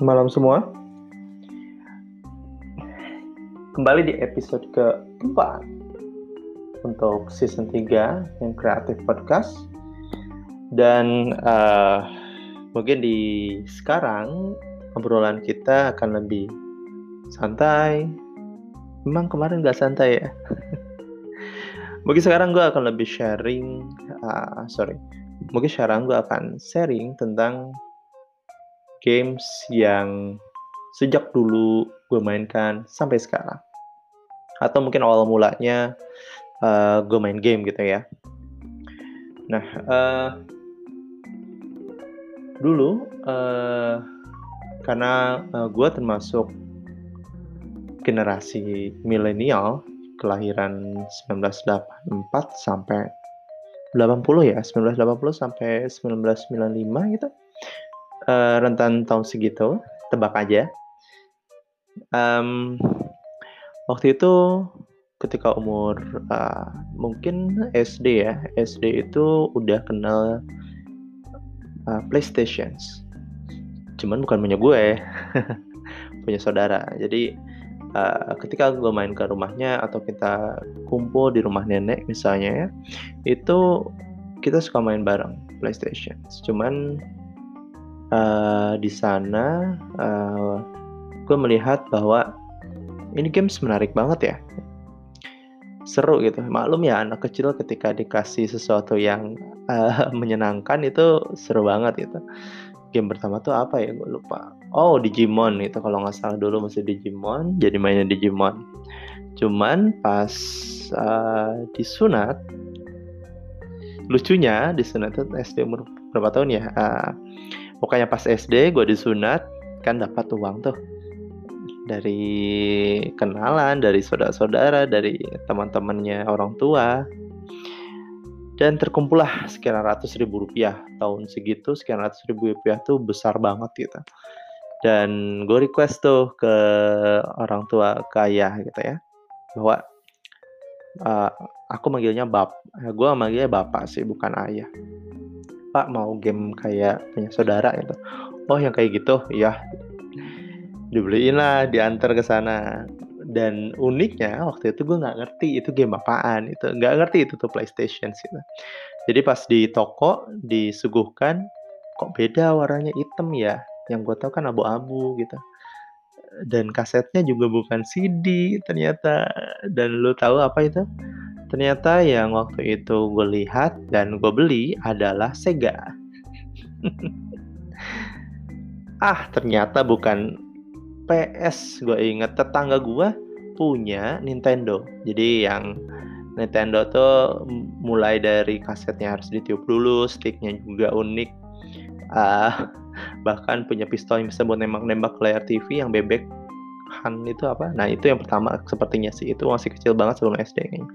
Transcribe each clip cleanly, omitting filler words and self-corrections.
malam semua. Kembali di episode keempat untuk season 3 yang Kreatif Podcast. Dan mungkin di sekarang obrolan kita akan lebih santai. Memang kemarin gak santai ya. Mungkin sekarang gue akan lebih sharing tentang games yang sejak dulu gue mainkan sampai sekarang. Atau mungkin awal mulanya gue main game gitu ya. Nah, dulu karena gue termasuk generasi milenial kelahiran 1984 sampai 80 ya, 1980 sampai 1995 gitu. Rentan tahun segitu, tebak aja. Waktu itu ketika umur mungkin SD ya, SD itu udah kenal PlayStation. Cuman bukan punya gue, punya saudara. Jadi ketika gue main ke rumahnya atau kita kumpul di rumah nenek misalnya ya, itu kita suka main bareng PlayStation. Cuman di sana gue melihat bahwa ini games menarik banget ya, seru gitu. Maklum ya, anak kecil ketika dikasih sesuatu yang menyenangkan itu seru banget gitu. Game pertama tuh apa ya, gue lupa. Oh, Digimon itu kalau nggak salah, dulu masih Digimon, jadi mainnya Digimon. Cuman pas disunat, lucunya disunat itu SD umur berapa tahun ya? Pokoknya pas SD gue disunat kan dapat uang tuh dari kenalan, dari saudara-saudara, dari teman-temannya orang tua, dan terkumpullah sekian ratus ribu rupiah. Tahun segitu sekian ratus ribu rupiah tuh besar banget gitu. Dan gue request tuh ke orang tua, ke ayah gitu ya, bahwa aku manggilnya gue manggilnya bapak sih, bukan ayah. Pak, mau game kayak punya saudara gitu. Oh, yang kayak gitu ya. Dibeliin lah, diantar ke sana. Dan uniknya waktu itu gue nggak ngerti itu game apaan, itu nggak ngerti itu tuh PlayStation gitu. Jadi pas di toko disuguhkan, kok beda warnanya hitam ya, yang gue tahu kan abu-abu gitu. Dan kasetnya juga bukan CD ternyata. Dan lu tahu apa itu? Ternyata yang waktu itu gue lihat dan gue beli adalah Sega. Ternyata bukan PS. Gue inget tetangga gue punya Nintendo. Jadi yang Nintendo tuh mulai dari kasetnya harus ditiup dulu, sticknya juga unik. Bahkan punya pistol yang bisa buat nembak-nembak layar TV yang bebek itu apa? Nah, itu yang pertama sepertinya sih. Itu masih kecil banget sebelum SD kayaknya.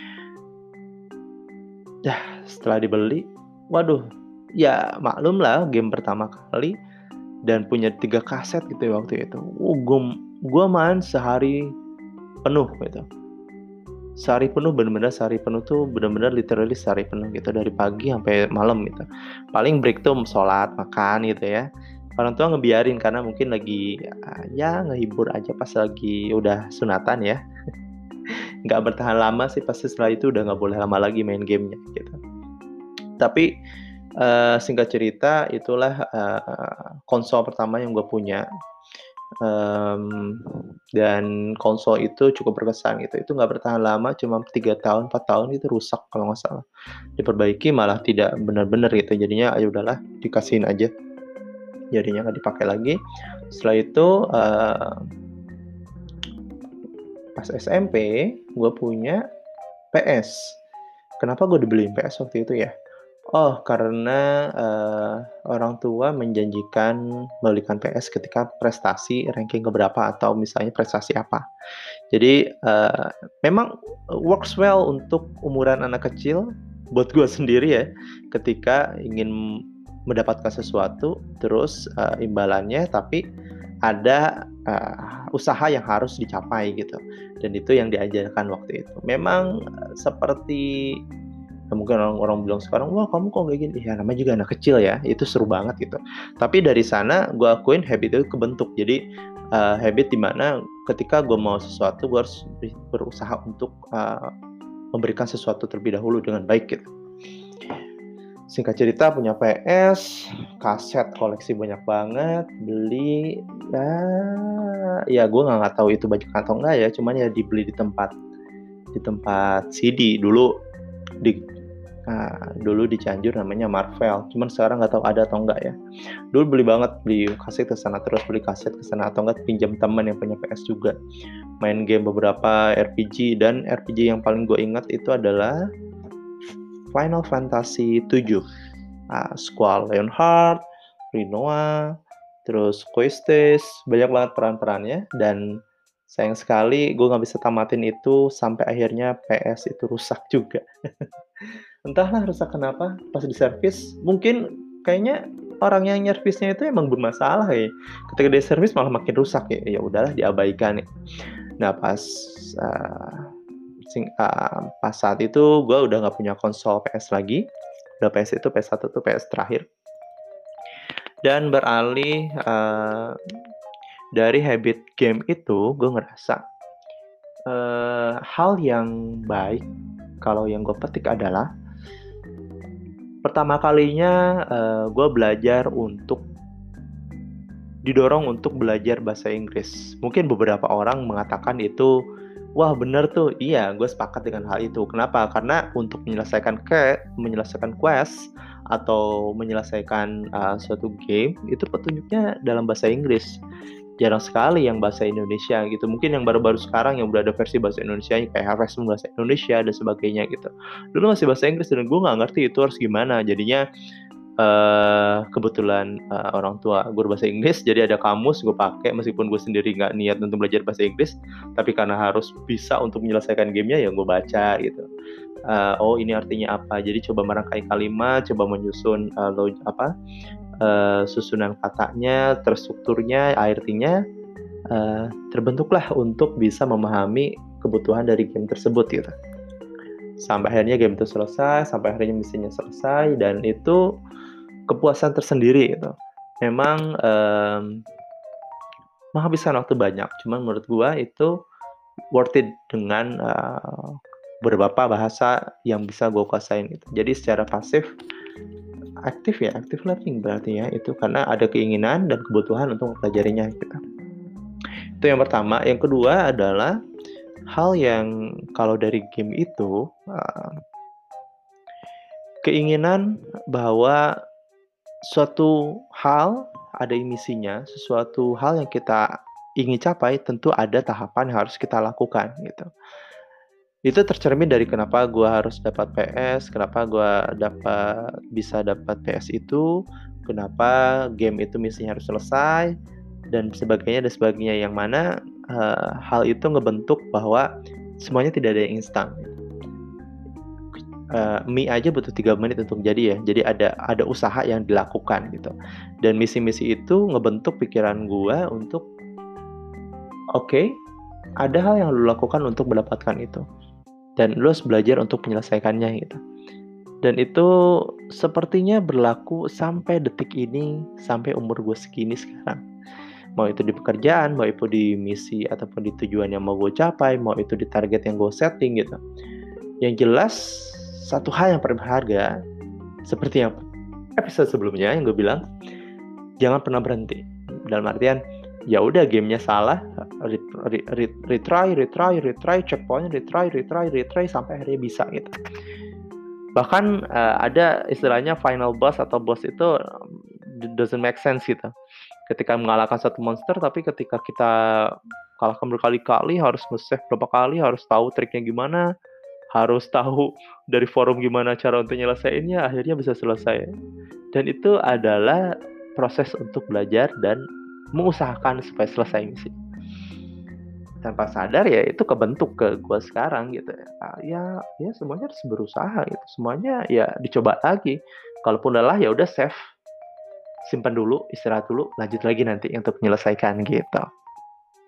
Setelah dibeli, waduh, ya maklum lah, game pertama kali dan punya 3 kaset gitu ya waktu itu. Gue main sehari penuh gitu. Sehari penuh, bener-bener sehari penuh tuh bener-bener literally sehari penuh gitu, dari pagi sampai malam gitu. Paling break tuh sholat, makan gitu ya. Orang tua ngebiarin karena mungkin lagi ya ngehibur aja pas lagi udah sunatan ya. Nggak bertahan lama sih, pasti setelah itu udah nggak boleh lama lagi main gamenya gitu. Tapi singkat cerita itulah konsol pertama yang gue punya. Dan konsol itu cukup berkesan gitu. Itu nggak bertahan lama, cuma 3 tahun 4 tahun itu rusak kalau nggak salah. Diperbaiki malah tidak benar-benar gitu. Jadinya ya udahlah, dikasihin aja. Jadinya nggak dipakai lagi. Setelah itu pas SMP gue punya PS. Kenapa gue dibeliin PS waktu itu ya? Oh, karena orang tua menjanjikan membelikan PS ketika prestasi ranking keberapa atau misalnya prestasi apa. Jadi memang works well untuk umuran anak kecil, buat gue sendiri ya, ketika ingin mendapatkan sesuatu, terus imbalannya tapi ada usaha yang harus dicapai gitu. Dan itu yang diajarkan waktu itu. Memang seperti Nah, mungkin orang-orang bilang sekarang, wah kamu kok kayak gini, ya namanya juga anak kecil ya, itu seru banget gitu. Tapi dari sana gue akuin habit itu kebentuk. Jadi habit dimana ketika gue mau sesuatu, gue harus berusaha untuk memberikan sesuatu terlebih dahulu dengan baik gitu. Singkat cerita, punya PS, kaset koleksi banyak banget, beli, ya gue nggak tahu itu banyak atau enggak ya, cuman ya dibeli di tempat CD dulu di Cianjur namanya Marvel, cuman sekarang nggak tahu ada atau enggak ya. Dulu beli kaset ke sana, terus beli kaset ke sana, atau enggak pinjam teman yang punya PS juga, main game beberapa RPG, dan RPG yang paling gue ingat itu adalah Final Fantasy 7, Squall Leonhard, Rinoa, terus Quistis, banyak banget peran-perannya, dan sayang sekali gue nggak bisa tamatin itu sampai akhirnya PS itu rusak juga. Entahlah rusak kenapa, pas di servis, mungkin kayaknya orang yang nyervisnya itu emang bermasalah ya. Ketika dia servis malah makin rusak ya. Ya udahlah, diabaikan ya. Nah pas saat itu gue udah nggak punya konsol PS lagi. Udah PS itu PS1 tuh PS terakhir. Dan beralih dari habit game itu, gue ngerasa hal yang baik kalau yang gue petik adalah pertama kalinya gue didorong untuk belajar bahasa Inggris. Mungkin beberapa orang mengatakan itu, wah bener tuh, iya gue sepakat dengan hal itu. Kenapa? Karena untuk menyelesaikan quest atau menyelesaikan suatu game, itu petunjuknya dalam bahasa Inggris. Jarang sekali yang bahasa Indonesia gitu. Mungkin yang baru-baru sekarang yang udah ada versi bahasa Indonesia kayak Harvest Moon bahasa Indonesia dan sebagainya gitu. Dulu masih bahasa Inggris dan gue nggak ngerti itu harus gimana. Jadinya kebetulan orang tua guru bahasa Inggris, jadi ada kamus gue pakai meskipun gue sendiri nggak niat untuk belajar bahasa Inggris, tapi karena harus bisa untuk menyelesaikan gamenya ya gue baca gitu. Oh ini artinya apa, jadi coba merangkai kalimat, coba menyusun susunan katanya, terstrukturnya, artinya terbentuklah untuk bisa memahami kebutuhan dari game tersebut gitu. Sampai akhirnya game itu selesai, sampai akhirnya misinya selesai, dan itu kepuasan tersendiri gitu. Memang menghabiskan waktu banyak, cuman menurut gua itu worth it dengan beberapa bahasa yang bisa gua kuasain gitu. Jadi secara pasif, aktif learning berarti ya itu, karena ada keinginan dan kebutuhan untuk mempelajarinya gitu. Itu yang pertama. Yang kedua adalah hal yang kalau dari game itu keinginan bahwa suatu hal ada misinya, sesuatu hal yang kita ingin capai tentu ada tahapan yang harus kita lakukan gitu. Itu tercermin dari kenapa gue harus dapat PS, kenapa gue bisa dapat PS itu, kenapa game itu misinya harus selesai, dan sebagainya, yang mana hal itu ngebentuk bahwa semuanya tidak ada yang instan. Mie aja butuh 3 menit untuk jadi ya. Jadi ada usaha yang dilakukan gitu. Dan misi-misi itu ngebentuk pikiran gue untuk oke, ada hal yang lu lakukan untuk mendapatkan itu. Dan lu harus belajar untuk menyelesaikannya gitu. Dan itu sepertinya berlaku sampai detik ini, sampai umur gue segini sekarang. Mau itu di pekerjaan, mau itu di misi ataupun di tujuan yang mau gue capai, mau itu di target yang gue setting gitu. Yang jelas satu hal yang berharga, seperti yang episode sebelumnya yang gue bilang, jangan pernah berhenti. Dalam artian, ya udah gamenya salah, retry, checkpoint, retry sampai akhirnya bisa gitu. Bahkan ada istilahnya final boss atau boss itu doesn't make sense gitu. Ketika mengalahkan satu monster, tapi ketika kita kalahkan berkali-kali, harus nge-save berapa kali, harus tahu triknya gimana, harus tahu dari forum gimana cara untuk nyelesainnya, akhirnya bisa selesai. Dan itu adalah proses untuk belajar dan mengusahakan supaya selesai misi. Tanpa sadar ya itu kebentuk ke gue sekarang gitu ya. Ya semuanya harus berusaha gitu. Semuanya ya dicoba lagi. Kalaupun lelah ya udah save, simpan dulu, istirahat dulu, lanjut lagi nanti untuk menyelesaikan gitu.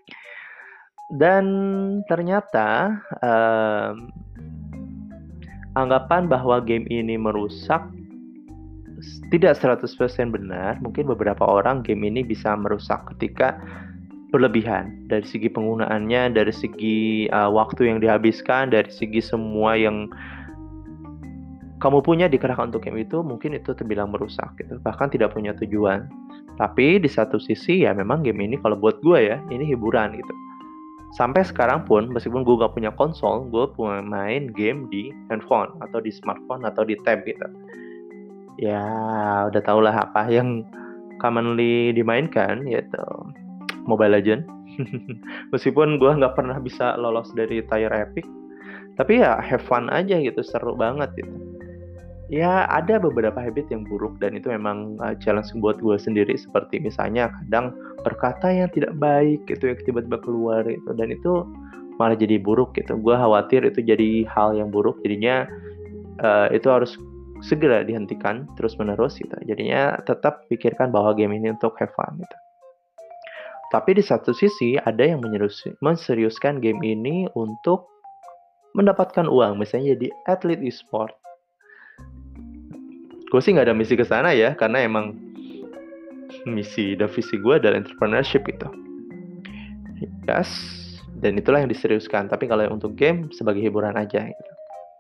Dan ternyata anggapan bahwa game ini merusak tidak 100% benar. Mungkin beberapa orang game ini bisa merusak ketika berlebihan dari segi penggunaannya, dari segi waktu yang dihabiskan, dari segi semua yang kamu punya dikerahkan untuk game itu, mungkin itu terbilang merusak gitu, bahkan tidak punya tujuan. Tapi di satu sisi ya memang game ini kalau buat gue ya, ini hiburan gitu. Sampai sekarang pun, meskipun gue gak punya konsol, gue main game di handphone, atau di smartphone, atau di tab gitu. Ya, udah tau lah apa yang commonly dimainkan, yaitu Mobile Legend. Meskipun gue nggak pernah bisa lolos dari tier epic, tapi ya have fun aja gitu, seru banget gitu. Ya ada beberapa habit yang buruk dan itu memang challenge buat gue sendiri, seperti misalnya kadang berkata yang tidak baik gitu ya tiba-tiba keluar gitu, dan itu malah jadi buruk gitu. Gue khawatir itu jadi hal yang buruk, jadinya itu harus segera dihentikan terus menerus gitu. Jadinya tetap pikirkan bahwa game ini untuk have fun gitu. Tapi di satu sisi ada yang menseriuskan game ini untuk mendapatkan uang, misalnya jadi atlet e-sport. Gue sih nggak ada misi ke sana ya, karena emang misi dan visi gue adalah entrepreneurship gitu. Yes, dan itulah yang diseriuskan. Tapi kalau untuk game sebagai hiburan aja gitu.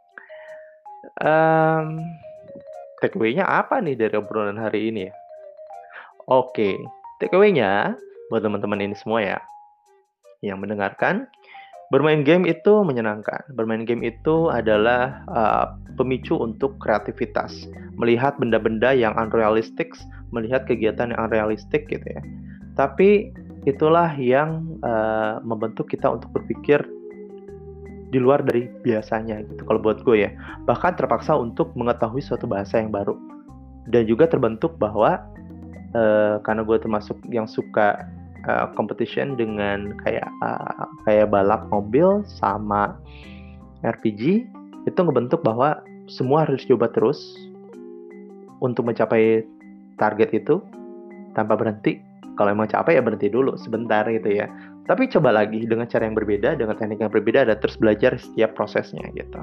Takeaway-nya apa nih dari obrolan hari ini ya? Oke, takeaway-nya buat teman-teman ini semua ya yang mendengarkan, bermain game itu menyenangkan. Bermain game itu adalah pemicu untuk kreativitas. Melihat benda-benda yang unrealistic, melihat kegiatan yang unrealistic gitu ya. Tapi itulah yang membentuk kita untuk berpikir di luar dari biasanya gitu. Kalau buat gue ya, bahkan terpaksa untuk mengetahui suatu bahasa yang baru. Dan juga terbentuk bahwa karena gue termasuk yang suka competition dengan kayak balap mobil sama RPG, itu ngebentuk bahwa semua harus coba terus untuk mencapai target itu tanpa berhenti. Kalau emang capek ya berhenti dulu sebentar gitu ya, tapi coba lagi dengan cara yang berbeda, dengan teknik yang berbeda, dan terus belajar setiap prosesnya gitu.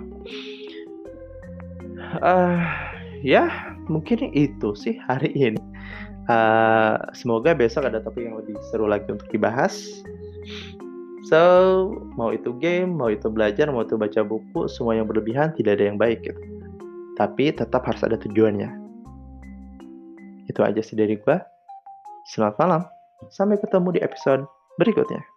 Ya mungkin itu sih hari ini. Semoga besok ada topik yang lebih seru lagi untuk dibahas. So, mau itu game, mau itu belajar, mau itu baca buku, semua yang berlebihan tidak ada yang baik gitu. Tapi tetap harus ada tujuannya. Itu aja sih dari gua. Selamat malam. Sampai ketemu di episode berikutnya.